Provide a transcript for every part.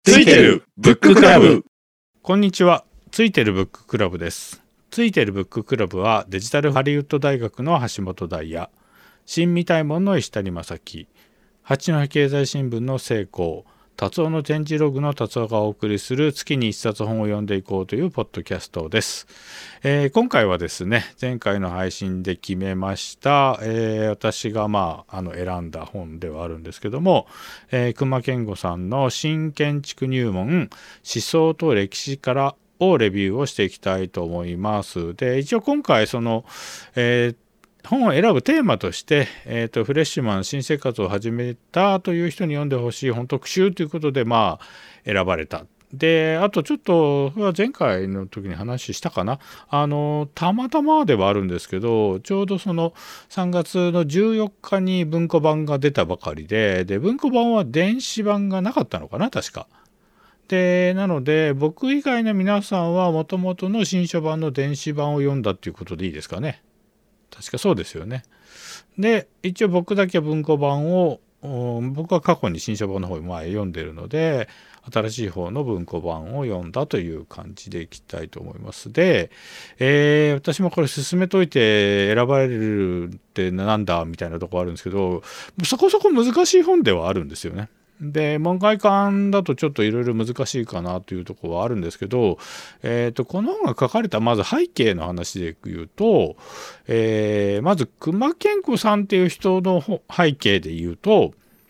ついてるブッククラブ。 こんにちは。ついてるブッククラブです。ついてるブッククラブはデジタルハリウッド大学の橋本大也、新未体門の石谷正樹、八戸経済新聞の成功、達夫の展示ログの達夫がお送りする月に一冊本を読んでいこうというポッドキャストです。今回はですね、前回の配信で決めました、私が選んだ本ではあるんですけども、隈研吾さんの新建築入門思想と歴史からをレビューをしていきたいと思います。で、一応今回その、本を選ぶテーマとして、フレッシュマン新生活を始めたという人に読んでほしい本特集ということで選ばれた。で、あとちょっと前回の時に話したかな、たまたまではあるんですけど、ちょうどその3月の14日に文庫版が出たばかりで、文庫版は電子版がなかったのかな、確か。で、なので僕以外の皆さんはもともとの新書版の電子版を読んだっていうことでいいですかね。確かそうですよね。で、一応僕だけ文庫版を、僕は過去に新書版の方を読んでるので、新しい方の文庫版を読んだという感じでいきたいと思います。で、私もこれ進めといて選ばれるってなんだみたいなとこあるんですけど、そこそこ難しい本ではあるんですよね。で、門外漢だとちょっといろいろ難しいかなというところはあるんですけど、この本が書かれたまず背景の話で言うと、まず隈研吾さんっていう人の背景で言うと、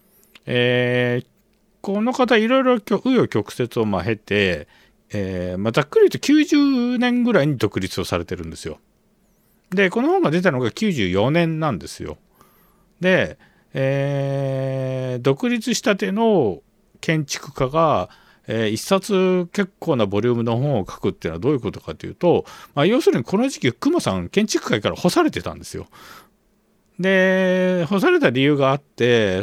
この方いろいろ紆余曲折を経て、ざっくり言うと90年ぐらいに独立をされてるんですよ。で、この本が出たのが94年なんですよ。で、独立したての建築家が、一冊結構なボリュームの本を書くっていうのはどういうことかというと、要するにこの時期隈さん建築界から干されてたんですよ。で、干された理由があって、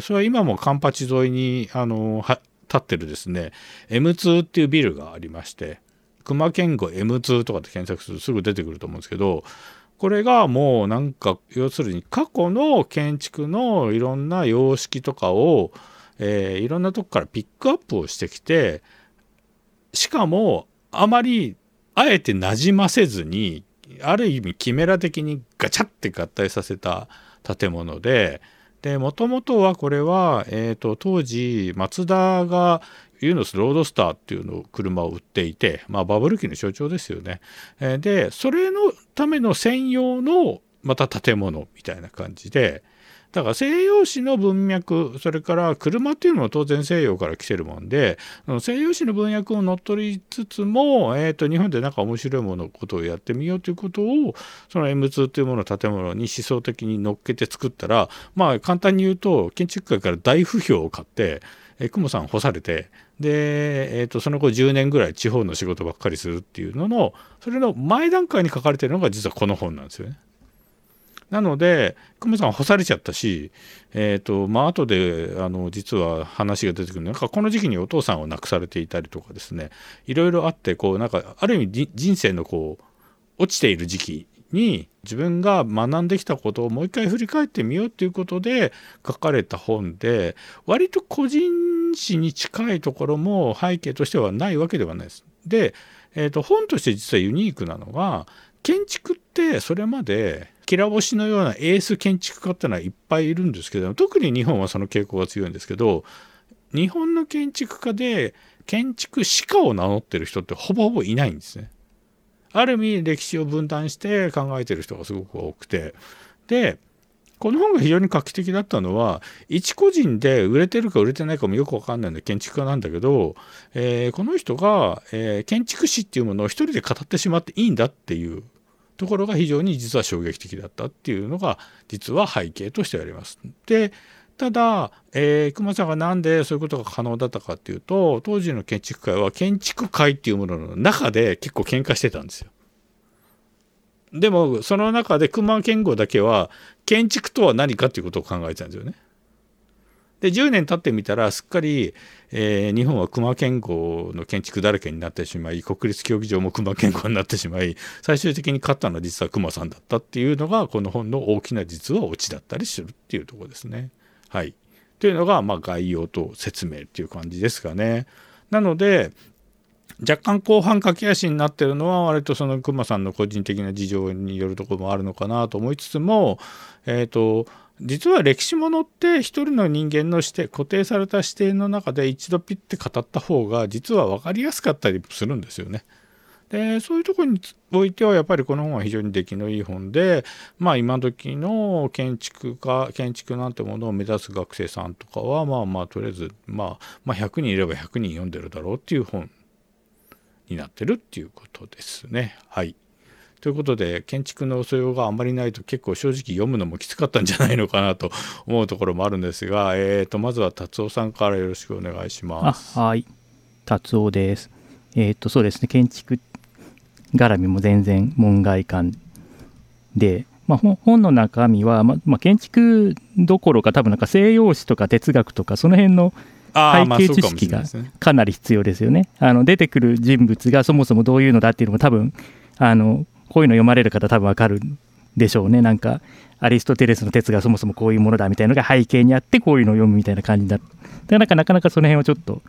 それは今もカンパチ沿いに立ってるですね M2 っていうビルがありまして、隈研吾 M2 とかって検索するとすぐ出てくると思うんですけど、これがもうなんか要するに過去の建築のいろんな様式とかを、いろんなとこからピックアップをしてきて、しかもあまりあえてなじませずに、ある意味キメラ的にガチャって合体させた建物で、もともとはこれは、当時マツダがユーノスロードスターっていうのを車を売っていて、バブル期の象徴ですよね。で、それのための専用のまた建物みたいな感じで、だから西洋史の文脈、それから車っていうのも当然西洋から来てるもんで、西洋史の文脈を乗っ取りつつも、日本でなんか面白いことをやってみようということを、その M2 というものの建物に思想的に乗っけて作ったら、簡単に言うと建築界から大不評を買って、隈さん干されて、で、その後10年ぐらい地方の仕事ばっかりするっていうのの、それの前段階に書かれているのが実はこの本なんですよね。なので隈さんは干されちゃったし、後で実は話が出てくるのが、この時期にお父さんを亡くされていたりとかですね、いろいろあって、なんかある意味人生の落ちている時期に自分が学んできたことをもう一回振り返ってみようということで書かれた本で、割と個人史に近いところも背景としてはないわけではないです。で、本として実はユニークなのが、建築ってそれまできら星のようなエース建築家ってのはいっぱいいるんですけど、特に日本はその傾向が強いんですけど、日本の建築家で建築士家を名乗ってる人ってほぼほぼいないんですね。ある意味歴史を分断して考えてる人がすごく多くて、でこの本が非常に画期的だったのは、一個人で売れてるか売れてないかもよく分かんないんで建築家なんだけど、この人が、建築士っていうものを一人で語ってしまっていいんだっていうところが非常に実は衝撃的だったっていうのが実は背景としてあります。で、ただ、隈さんがなんでそういうことが可能だったかっていうと、当時の建築界は建築界っていうものの中で結構喧嘩してたんですよ。でもその中で隈研吾だけは建築とは何かっていうことを考えてたんですよね。で10年経ってみたらすっかり、日本は隈研吾の建築だらけになってしまい、国立競技場も隈研吾になってしまい、最終的に勝ったのは実は隈さんだったっていうのがこの本の大きな実はオチだったりするっていうところですね。はい。というのが概要と説明っていう感じですかね。 なので若干後半駆け足になってるのは割とその熊さんの個人的な事情によるところもあるのかなと思いつつも、実は歴史ものって一人の人間の視点、固定された視点の中で一度ピッて語った方が実は分かりやすかったりするんですよね。でそういうところにおいてはやっぱりこの本は非常に出来のいい本で、今時の建築なんてものを目指す学生さんとかはとりあえず100人いれば100人読んでるだろうっていう本になってるっていうことですね。はい。ということで建築の素養があんまりないと結構正直読むのもきつかったんじゃないのかなと思うところもあるんですが、まずは達夫さんからよろしくお願いします。 はい、達夫です。そうですね、建築絡みも全然門外漢で、本の中身は、建築どころか多分西洋史とか哲学とかその辺の背景知識がかなり必要ですよね。出てくる人物がそもそもどういうのだっていうのも多分こういうの読まれる方多分わかるでしょうね。アリストテレスの哲がそもそもこういうものだみたいなのが背景にあってこういうのを読むみたいな感じだ。なかなかその辺はちょっと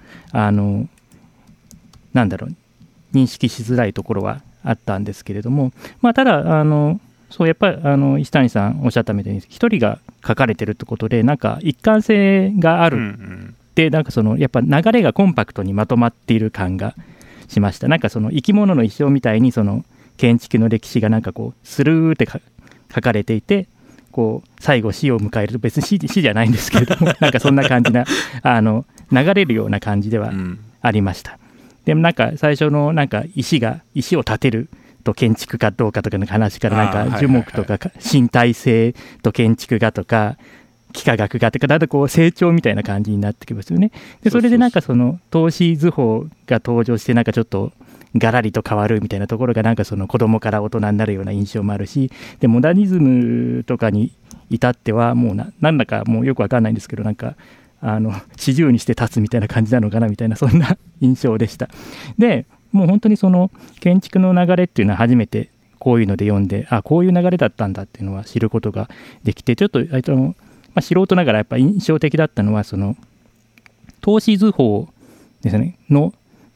認識しづらいところはあったんですけれども、ただそうやっぱり石谷さんおっしゃったみたいに一人が書かれてるってことで一貫性があるで、やっぱ流れがコンパクトにまとまっている感がしました。生き物の一生みたいに建築の歴史がスルーって書かれていて、最後死を迎えると別に死じゃないんですけれどもそんな感じな流れるような感じではありました。でも最初の石を建てると建築かどうかとかの話から樹木とか身体性と建築がとか幾何学がとかだんだん成長みたいな感じになってきますよね。でそれで透視図法が登場してちょっとガラリと変わるみたいなところが子供から大人になるような印象もあるし、でモダニズムとかに至ってはもうなんだかもうよくわかんないんですけど四十にして立つみたいな感じなのかなみたいなそんな印象でした。でもう本当に建築の流れっていうのは初めてこういうので読んでこういう流れだったんだっていうのは知ることができて、ちょっと素人ながらやっぱ印象的だったのは透視図法ですねの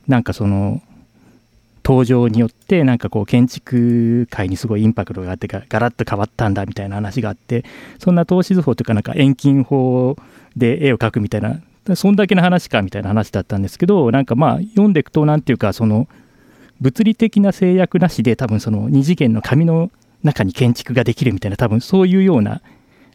登場によって建築界にすごいインパクトがあってガラッと変わったんだみたいな話があって、そんな透視図法というか遠近法で絵を描くみたいなそんだけの話かみたいな話だったんですけど、読んでいくと物理的な制約なしで多分二次元の紙の中に建築ができるみたいな多分そういうような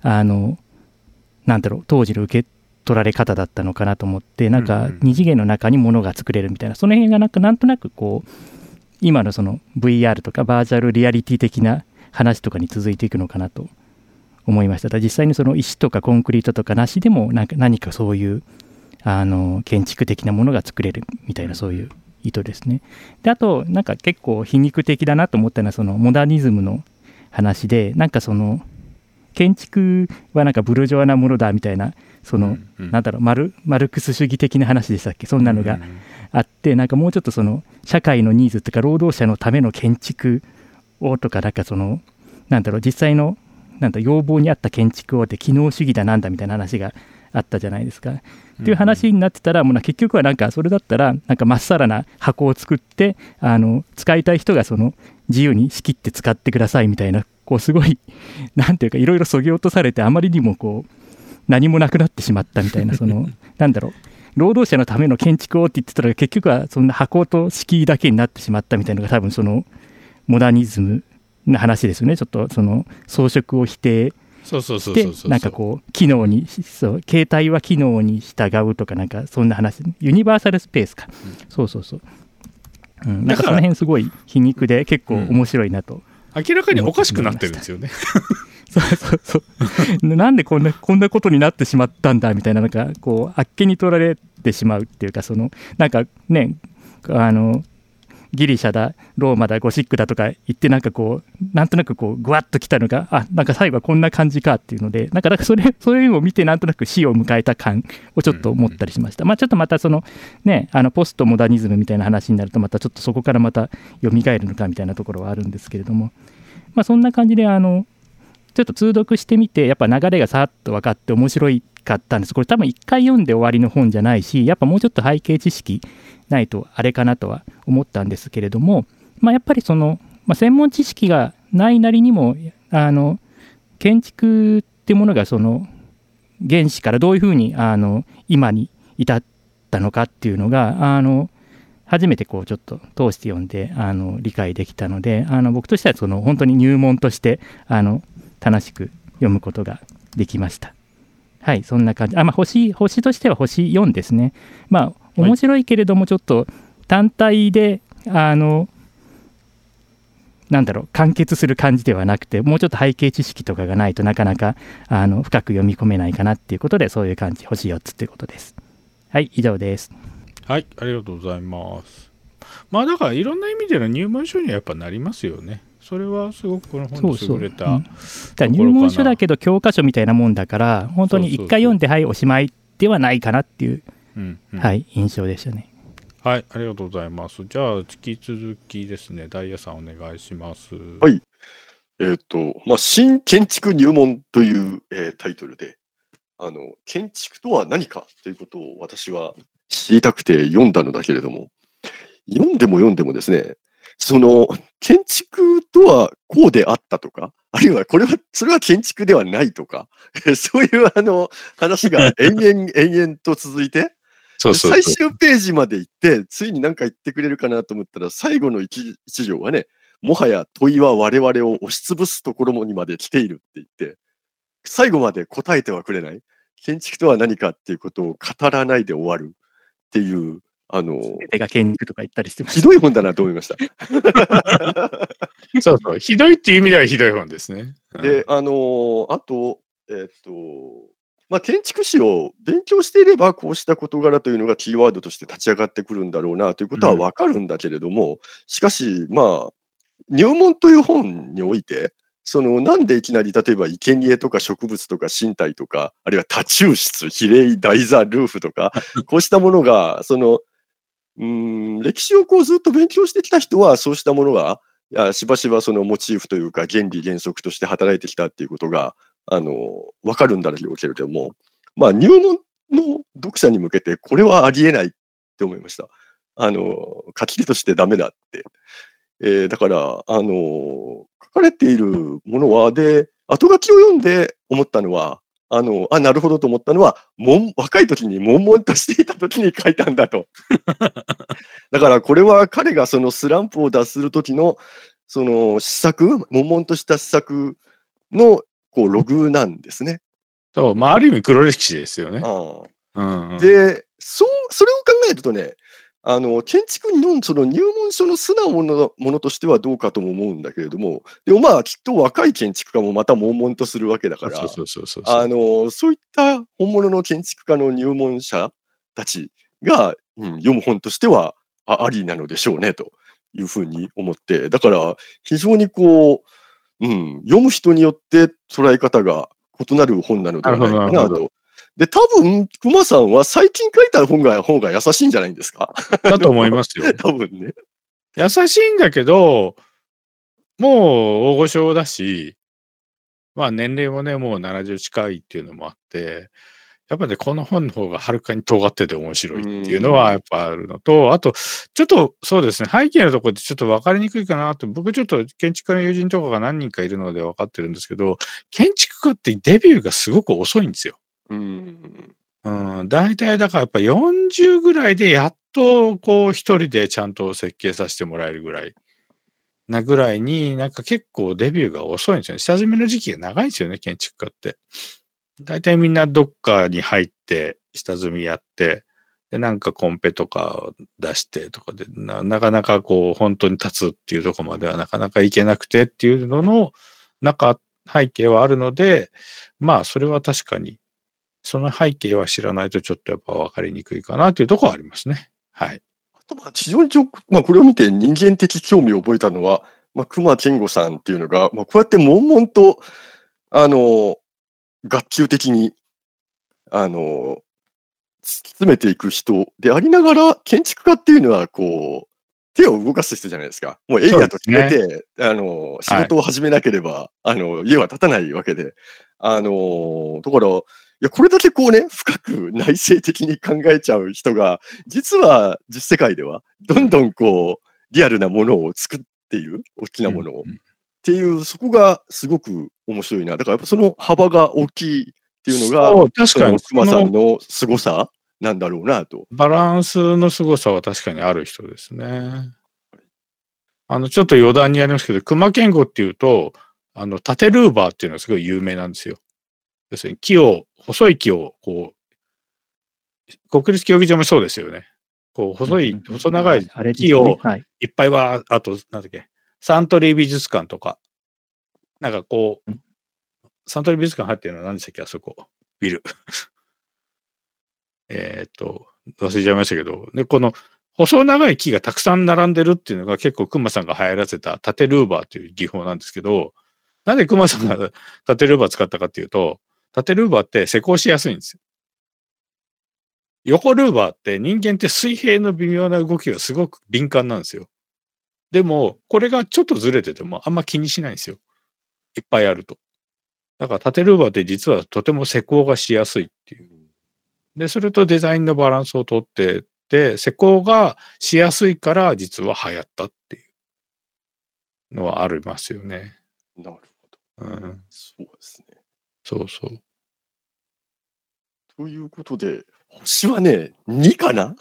当時の受け取られ方だったのかなと思って、二次元の中に物が作れるみたいなその辺がなんとなく今のVR とかバーチャルリアリティ的な話とかに続いていくのかなと思いました。実際に石とかコンクリートとかなしでも何かそういう建築的なものが作れるみたいなそういう意図ですね。であと結構皮肉的だなと思ったのはモダニズムの話で建築はブルジョワなものだみたいなマルクス主義的な話でしたっけ、そんなのがあってもうちょっと社会のニーズとか労働者のための建築をとか実際の要望に合った建築をって機能主義だなんだみたいな話があったじゃないですか。っていう話になってたらもう結局はそれだったらまっさらな箱を作って使いたい人が自由に仕切って使ってくださいみたいなすごいいろいろそぎ落とされてあまりにも何もなくなってしまったみたいな労働者のための建築をって言ってたら結局はそんな箱と敷居だけになってしまったみたいなのが多分モダニズムの話ですよね。ちょっと装飾を否定して機能に形態は機能に従うとかそんな話、ユニバーサルスペースか、そう、その辺すごい皮肉で結構面白いなと、 明らかにおかしくなってるんですよね。 そうなんでこんなことになってしまったんだみたいなあっけに取られてしまうっていうかギリシャだローマだゴシックだとか言ってなんとなくぐわっときたのが最後はこんな感じかっていうのでそれを見てなんとなく死を迎えた感をちょっと思ったりしました。ちょっとまたポストモダニズムみたいな話になるとまたちょっとそこからまた蘇るのかみたいなところはあるんですけれども、そんな感じでちょっと通読してみてやっぱ流れがさっと分かって面白かったんです。これ多分1回読んで終わりの本じゃないし、やっぱもうちょっと背景知識ないとあれかなとは思ったんですけれども、やっぱりその、専門知識がないなりにも建築っていうものがその原始からどういうふうに今に至ったのかっていうのが初めてこうちょっと通して読んで理解できたので、僕としてはその本当に入門として楽しく読むことができました。はい、そんな感じ。星としては星4ですね。面白いけれどもちょっと単体で完結する感じではなくて、もうちょっと背景知識とかがないとなかなか深く読み込めないかなっていうことで、そういう感じ、星4つということです。はい、以上です。 はい、ありがとうございます。だからいろんな意味での入門書にはやっぱなりますよね。それはすごくこの本の優れただから入門書だけど教科書みたいなもんだから、本当に一回読んではいおしまいではないかなっていう、はい、印象でしたね。 はい、ありがとうございます。じゃあ引き続きですね、ダイヤさんお願いします。 はい。新建築入門という、タイトルで、建築とは何かということを私は知りたくて読んだのだけれども、読んでもですね、その建築とはこうであったとか、あるいはそれは建築ではないとか、そういう話が延々と続いて、最終ページまで行って、ついに何か言ってくれるかなと思ったら、最後の一行はね、もはや問いは我々を押しつぶすところにまで来ているって言って、最後まで答えてはくれない。建築とは何かっていうことを語らないで終わるっていう、 全てが建築とか言ったりしてました。 ひどい本だなと思いました。 そう、ひどいっていう意味ではひどい本ですね。 で、あと、建築史を勉強していれば、こうした事柄というのがキーワードとして立ち上がってくるんだろうなということはわかるんだけれども、しかし、入門という本において、なんでいきなり、例えば、生贄とか植物とか身体とか、あるいは多抽出、比例、台座、ルーフとか、こうしたものが、歴史をずっと勉強してきた人は、そうしたものが、しばしばそのモチーフというか、原理原則として働いてきたっていうことが、わかるんだろうけれども、入門の読者に向けて、これはありえないって思いました。書き手としてダメだって。だから、書かれているものは、で、後書きを読んで思ったのは、なるほどと思ったのは、若い時に悶々としていた時に書いたんだと。だからこれは彼がそのスランプを脱する時の、その試作、悶々とした試作のログなんですね。 そう、ある意味黒歴史ですよね。 で、それを考えるとね、建築のその入門書の素直なものとしてはどうかとも思うんだけれども、でもきっと若い建築家もまた悶々とするわけだから、そういった本物の建築家の入門者たちが、読む本としてはありなのでしょうねというふうに思って、だから非常に読む人によって捉え方が異なる本なのではないかなと。で、多分、熊さんは最近書いた方が優しいんじゃないんですか？ だと思いますよ。 多分ね。 優しいんだけど、もう大御所だし、年齢もね、もう70近いっていうのもあって、やっぱね、この本の方がはるかに尖ってて面白いっていうのはやっぱあるのと、あと、ちょっとそうですね、背景のところでちょっと分かりにくいかなと、僕ちょっと建築家の友人とかが何人かいるので分かってるんですけど、建築家ってデビューがすごく遅いんですよ。大体だからやっぱ40ぐらいでやっと一人でちゃんと設計させてもらえるぐらいに、なんか結構デビューが遅いんですよね。下積みの時期が長いんですよね、建築家って。大体みんなどっかに入って下積みやって、でなんかコンペとか出してとかでなかなか本当に立つっていうところまではなかなかいけなくてっていうのの背景はあるので、それは確かにその背景は知らないとちょっとやっぱ分かりにくいかなというところはありますね。はい。 あと非常にこれを見て人間的興味を覚えたのは、隈研吾さんっていうのが、こうやって悶々と、学級的に、突き詰めていく人でありながら、建築家っていうのは、手を動かす人じゃないですか。もうエリアと決めて、仕事を始めなければ、家は建たないわけで。だから、 や、これだけこうね、深く内省的に考えちゃう人が、実は実世界では、どんどんこう、リアルなものを作っている、大きなものを。っていう、そこがすごく面白いな。だからやっぱその幅が大きいっていうのが、 確かに熊さんの凄さなんだろうなと。 バランスの凄さは確かにある人ですね。ちょっと余談にありますけど、熊健吾っていうと、縦ルーバーっていうのがすごい有名なんですよ。要するに細い木を、こう、国立競技場もそうですよね。こう、細長い木をいっぱいは、あと、なんだっけ、サントリー美術館とか、なんかこう、サントリー美術館入ってるのは何でしたっけ、あそこ、ビル。忘れちゃいましたけど、で、この、細長い木がたくさん並んでるっていうのが結構熊さんが流行らせた縦ルーバーという技法なんですけど、なんで熊さんが縦ルーバー使ったかっていうと、縦ルーバーって施工しやすいんですよ。横ルーバーって人間って水平の微妙な動きがすごく敏感なんですよ。でも、これがちょっとずれててもあんま気にしないんですよ。いっぱいあると。だから縦ルーバーって実はとても施工がしやすいっていう。で、それとデザインのバランスをとって、で、施工がしやすいから実は流行ったっていうのはありますよね。 なるほど。 そうですね。 そうそう。 ということで、星はね、2かな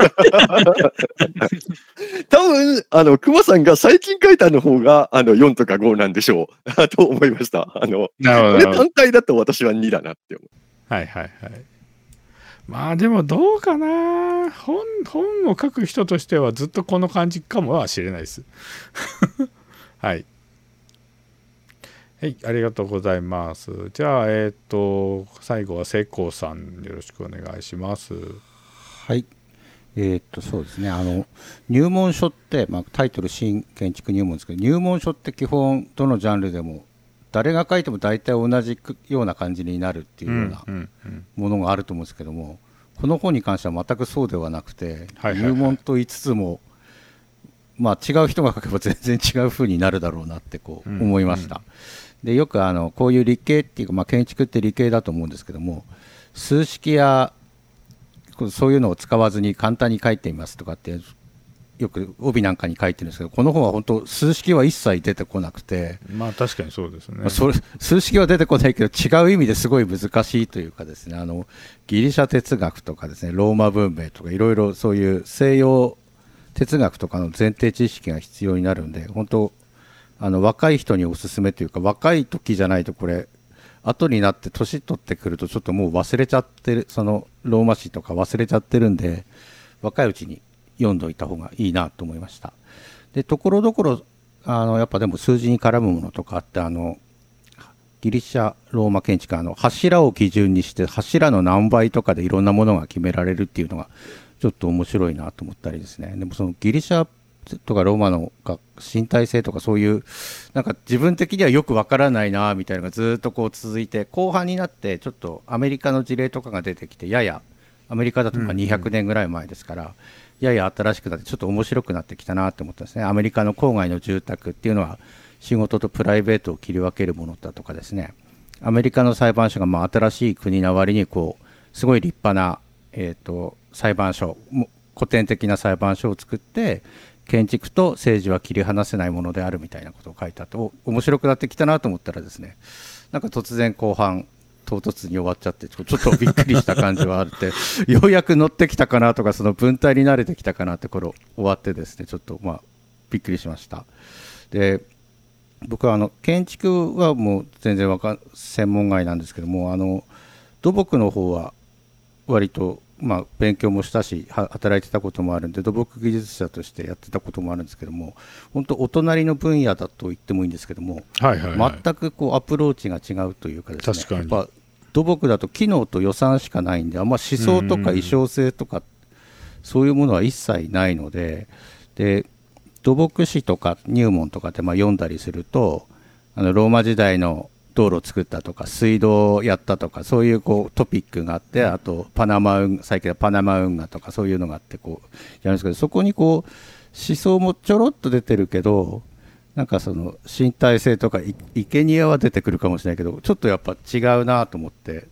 多分、熊さんが最近書いたの方が、4とか5なんでしょう。と思いました。これ単体だと私は2だなって思う。 はいはいはい。まあでもどうかな。本を書く人としてはずっとこの感じかもはしれないです。はい。はい、ありがとうございます。じゃあ、最後は瀬古さん、よろしくお願いします。 はい。そうですね。入門書って、タイトル新建築入門ですけど、入門書って基本どのジャンルでも誰が書いても大体同じような感じになるっていうようなものがあると思うんですけども、この本に関しては全くそうではなくて、入門と言いつつも、違う人が書けば全然違う風になるだろうなってこう思いました。で、よくこういう理系っていうか、建築って理系だと思うんですけども、数式やそういうのを使わずに簡単に書いてみますとかってよく帯なんかに書いてるんですけど、この本は本当数式は一切出てこなくて、 確かにそうですね。 数式は出てこないけど違う意味ですごい難しいというかですね、ギリシャ哲学とかですね、ローマ文明とかいろいろそういう西洋哲学とかの前提知識が必要になるんで、本当若い人におすすめというか、若い時じゃないとこれ後になって年取ってくるとちょっともう忘れちゃってる、そのローマ史とか忘れちゃってるんで、若いうちに読んどいた方がいいなと思いました。で、ところどころやっぱでも数字に絡むものとかあって、ギリシャローマ建築柱を基準にして柱の何倍とかでいろんなものが決められるっていうのがちょっと面白いなと思ったりですね。でもそのギリシャとかローマの身体性とかそういうなんか自分的にはよくわからないなみたいなのがずっとこう続いて、後半になってちょっとアメリカの事例とかが出てきて、ややアメリカだと200年ぐらい前ですから、やや新しくなってちょっと面白くなってきたなって思ったんですね。アメリカの郊外の住宅っていうのは仕事とプライベートを切り分けるものだとかですね、アメリカの裁判所が新しい国な割にこうすごい立派な、裁判所、古典的な裁判所を作って、建築と政治は切り離せないものであるみたいなことを書いてあって、面白くなってきたなと思ったらですね、なんか突然後半唐突に終わっちゃってちょっとびっくりした感じはあってようやく乗ってきたかなとか、その文体に慣れてきたかなって頃終わってですね、ちょっとびっくりしました。で、僕は建築はもう全然専門外なんですけども、土木の方は割と勉強もしたし働いてたこともあるんで、土木技術者としてやってたこともあるんですけども、本当お隣の分野だと言ってもいいんですけども、全くこうアプローチが違うというかですね、 確かにやっぱ土木だと機能と予算しかないんで、あんま思想とか意匠性とかそういうものは一切ないので、土木史とか入門とかって読んだりすると、ローマ時代の道路を作ったとか水道をやったとか、そういうこうトピックがあって、あと最近はパナマ運河とかそういうのがあってこうやるんですけど、そこにこう思想もちょろっと出てるけど、なんかその身体性とか生贄は出てくるかもしれないけど、ちょっとやっぱ違うなと思って、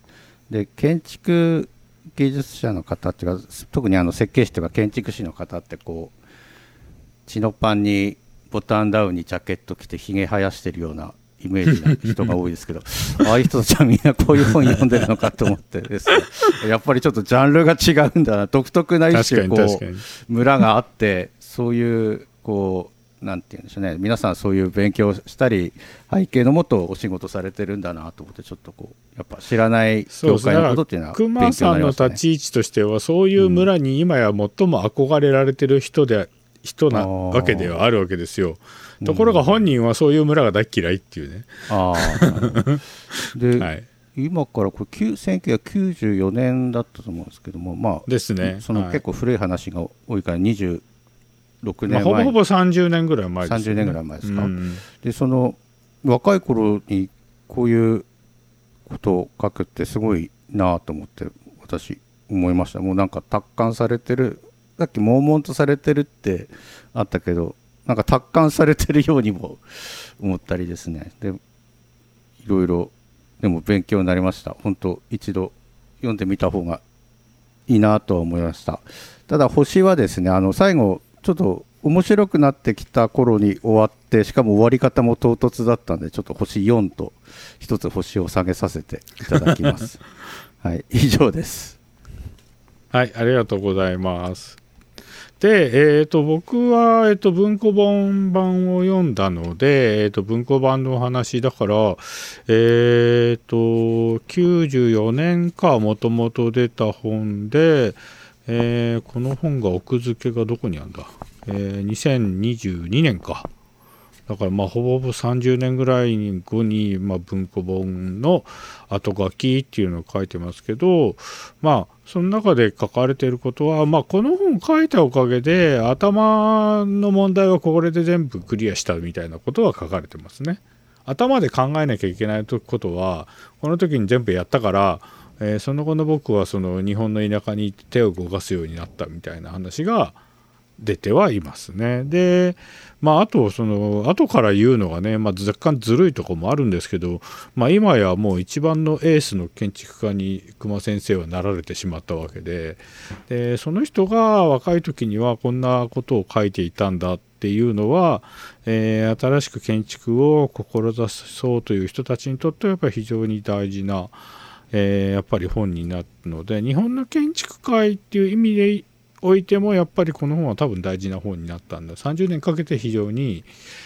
で建築技術者の方っていうか、特に設計士とか建築士の方ってこうチノパンにボタンダウンにジャケット着てひげ生やしてるようなイメージな人が多いですけどああいう人たちはみんなこういう本読んでるのかと思ってですねやっぱりちょっとジャンルが違うんだな、独特な一種こう村があって、そういうこうなんていうんでしょうね、皆さんそういう勉強したり背景のもとお仕事されてるんだなと思って、ちょっとこうやっぱ知らない業界のことっていうのは勉強になりましたね。 熊さんの立ち位置としてはそういう村に今や最も憧れられてる人なわけではあるわけですよ。ところが本人はそういう村が大嫌いっていうね。 で、はい、今からこれ1994年だったと思うんですけども、まあですね、 その結構古い話が多いから26年前、 ほぼほぼ30年ぐらい前ですよね。 30年ぐらい前ですか。でその若い頃にこういうことを書くってすごいなと思って私思いました。もうなんか達観されてる、さっき悶々とされてるってあったけど、なんか達観されてるようにも思ったりですね。でいろいろでも勉強になりました。本当一度読んでみた方がいいなとは思いました。ただ星はですね、最後ちょっと面白くなってきた頃に終わって、しかも終わり方も唐突だったんで、ちょっと星4と一つ星を下げさせていただきますはい、以上です。 はい、ありがとうございます。で、僕は、文庫本版を読んだので、文庫版の話だから、94年かもともと出た本で、この本が奥付けがどこにあるんだ、2022年か。だからまあほぼほぼ30年ぐらい後に、文庫本の後書きっていうのを書いてますけど、その中で書かれていることは、この本を書いたおかげで頭の問題はこれで全部クリアしたみたいなことは書かれてますね。頭で考えなきゃいけないことはこの時に全部やったから、その後の僕はその日本の田舎に行って手を動かすようになったみたいな話が出てはいますね。で、あとその後から言うのがね、若干ずるいところもあるんですけど、今やもう一番のエースの建築家に隈先生はなられてしまったわけで、その人が若い時にはこんなことを書いていたんだっていうのは、新しく建築を志そうという人たちにとってはやっぱり非常に大事な、やっぱり本になるので、日本の建築界っていう意味でおいてもやっぱりこの本は多分大事な本になったんだ。30年かけて非常に、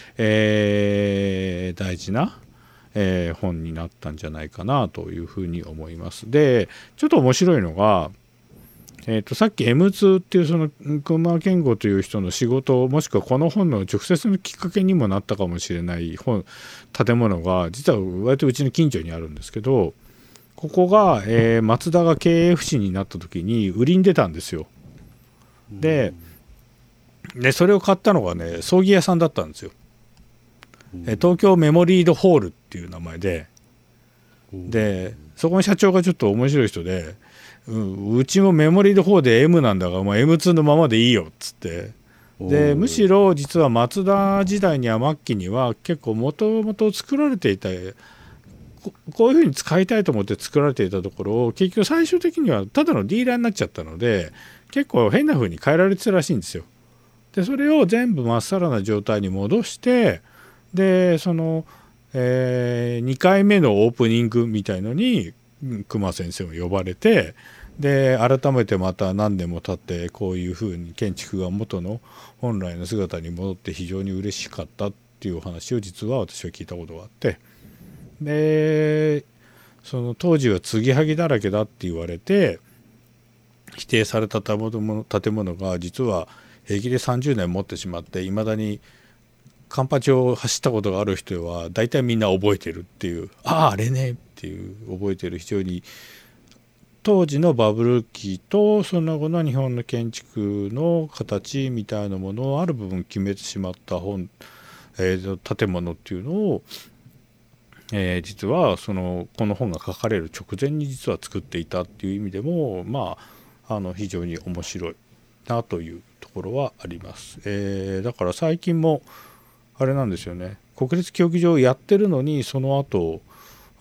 大事な、本になったんじゃないかなというふうに思います。で、ちょっと面白いのが、さっき M2 っていうその隈研吾という人の仕事、もしくはこの本の直接のきっかけにもなったかもしれない建物が実は割とうちの近所にあるんですけど、ここが、マツダが経営不振になった時に売りに出たんですよ。でそれを買ったのがね、葬儀屋さんだったんですよ。東京メモリードホールっていう名前で、そこの社長がちょっと面白い人で、うちもメモリード4で M なんだが、M2 のままでいいよっつって、でむしろ実はマツダ時代には末期には結構もともと作られていた、こういうふうに使いたいと思って作られていたところを結局最終的にはただのディーラーになっちゃったので、結構変な風に変えられてたらしいんですよ。でそれを全部まっさらな状態に戻して、でその、2回目のオープニングみたいのに隈先生も呼ばれて、で改めてまた何年も経ってこういう風に建築が元の本来の姿に戻って非常に嬉しかったっていうお話を実は私は聞いたことがあって、でその当時は継ぎはぎだらけだって言われて否定された建物が実は平気で30年持ってしまって、いまだにカンパチを走ったことがある人は大体みんな覚えてるっていう、あれねっていう覚えてる、非常に当時のバブル期とその後の日本の建築の形みたいなものをある部分決めてしまった建物っていうのを、実はこの本が書かれる直前に実は作っていたっていう意味でも、非常に面白いなというところはあります。だから最近もあれなんですよね、国立競技場やってるのにその後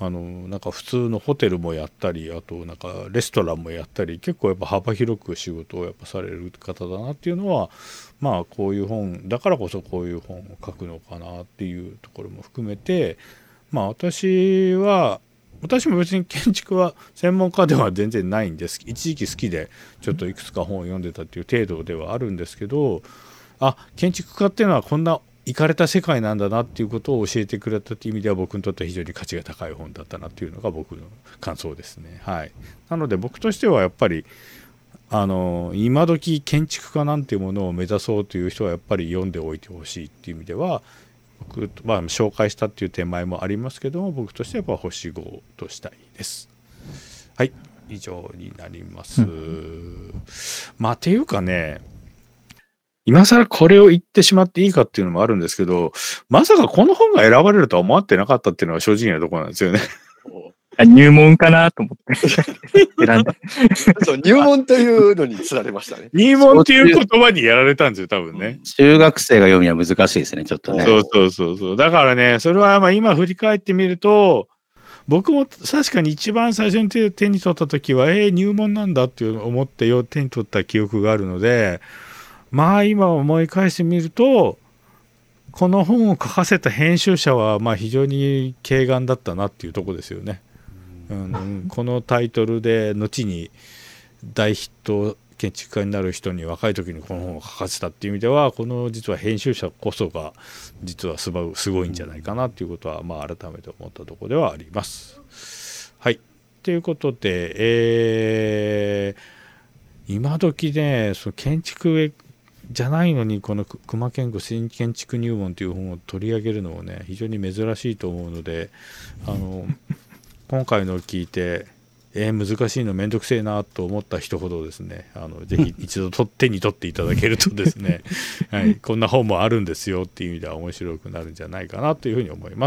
なんか普通のホテルもやったり、あとなんかレストランもやったり、結構やっぱ幅広く仕事をやっぱされる方だなっていうのは、まあこういう本だからこそこういう本を書くのかなっていうところも含めて、まあ私も別に建築は専門家では全然ないんです。一時期好きでちょっといくつか本を読んでたっていう程度ではあるんですけど、建築家っていうのはこんな行かれた世界なんだなっていうことを教えてくれたという意味では、僕にとっては非常に価値が高い本だったなっていうのが僕の感想ですね。はい、なので僕としてはやっぱり今時建築家なんていうものを目指そうという人はやっぱり読んでおいてほしいっていう意味では、僕、紹介したっていう手前もありますけども、僕としてはやっぱ星5としたいです。はい、以上になります。っていうかね、今更これを言ってしまっていいかっていうのもあるんですけど、まさかこの本が選ばれるとは思ってなかったっていうのが正直なところなんですよね。 入門かなと思って選んでそう、入門というのにつられましたね。 入門っていう言葉にやられたんですよ、多分ね。 中学生が読みは難しいですね、ちょっとね。 そう。だからね、それは今振り返ってみると、僕も確かに一番最初に手に取った時は、入門なんだって思って手に取った記憶があるので、今思い返してみると、この本を書かせた編集者は非常に慧眼だったなっていうところですよね。このタイトルで後に大ヒット建築家になる人に若い時にこの本を書かせたっていう意味では、この実は編集者こそが実はすごいんじゃないかなっていうことは改めて思ったところではあります。はい、ということで、今時ね、その建築じゃないのにこの隈研吾新建築入門という本を取り上げるのをね、非常に珍しいと思うので、今回のを聞いて難しいのめんどくせえなと思った人ほどですね、ぜひ一度手に取っていただけるとですね、はい、こんな本もあるんですよっていう意味では面白くなるんじゃないかなというふうに思います。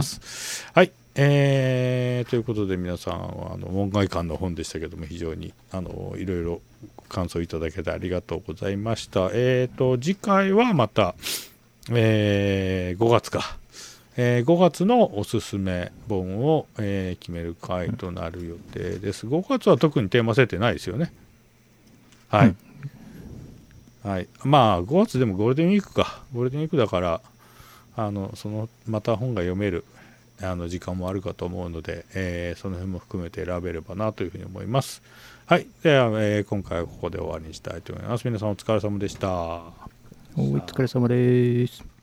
はい、ということで皆さん門外漢の本でしたけども、非常にいろいろ感想いただけてありがとうございました。次回はまた、5月か。5月のおすすめ本を、決める回となる予定です。5月は特にテーマ設定ないですよね。はい。はい。5月でもゴールデンウィークか。ゴールデンウィークだから、また本が読める時間もあるかと思うので、その辺も含めて選べればなというふうに思います。はい。では、今回はここで終わりにしたいと思います。皆さんお疲れ様でした。 お疲れ様です。